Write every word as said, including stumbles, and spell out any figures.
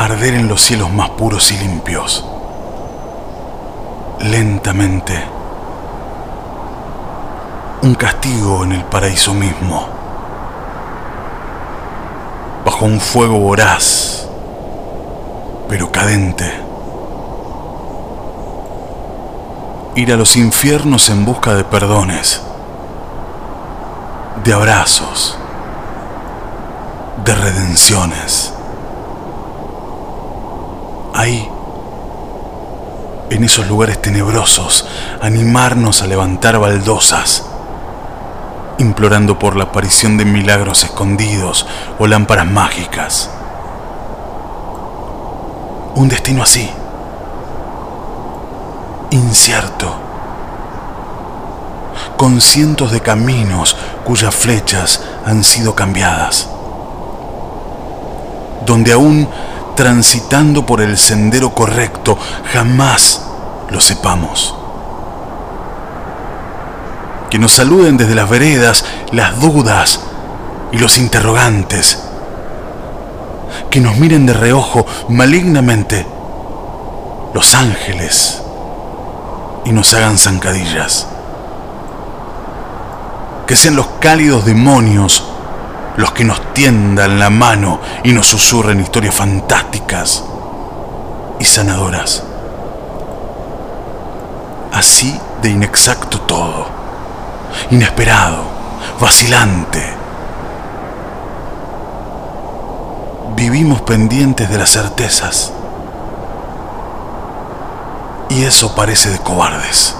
arder en los cielos más puros y limpios. Lentamente, un castigo en el paraíso mismo, bajo un fuego voraz, pero cadente. Ir a los infiernos en busca de perdones, de abrazos, de redenciones. Ahí, en esos lugares tenebrosos, animarnos a levantar baldosas, implorando por la aparición de milagros escondidos o lámparas mágicas. Un destino así, incierto, con cientos de caminos cuyas flechas han sido cambiadas, donde aún transitando por el sendero correcto jamás lo sepamos. Que nos saluden desde las veredas las dudas y los interrogantes, que nos miren de reojo malignamente los ángeles y nos hagan zancadillas. Que sean los cálidos demonios los que nos tiendan la mano y nos susurren historias fantásticas y sanadoras. Así de inexacto todo, inesperado, vacilante. Vivimos pendientes de las certezas y eso parece de cobardes.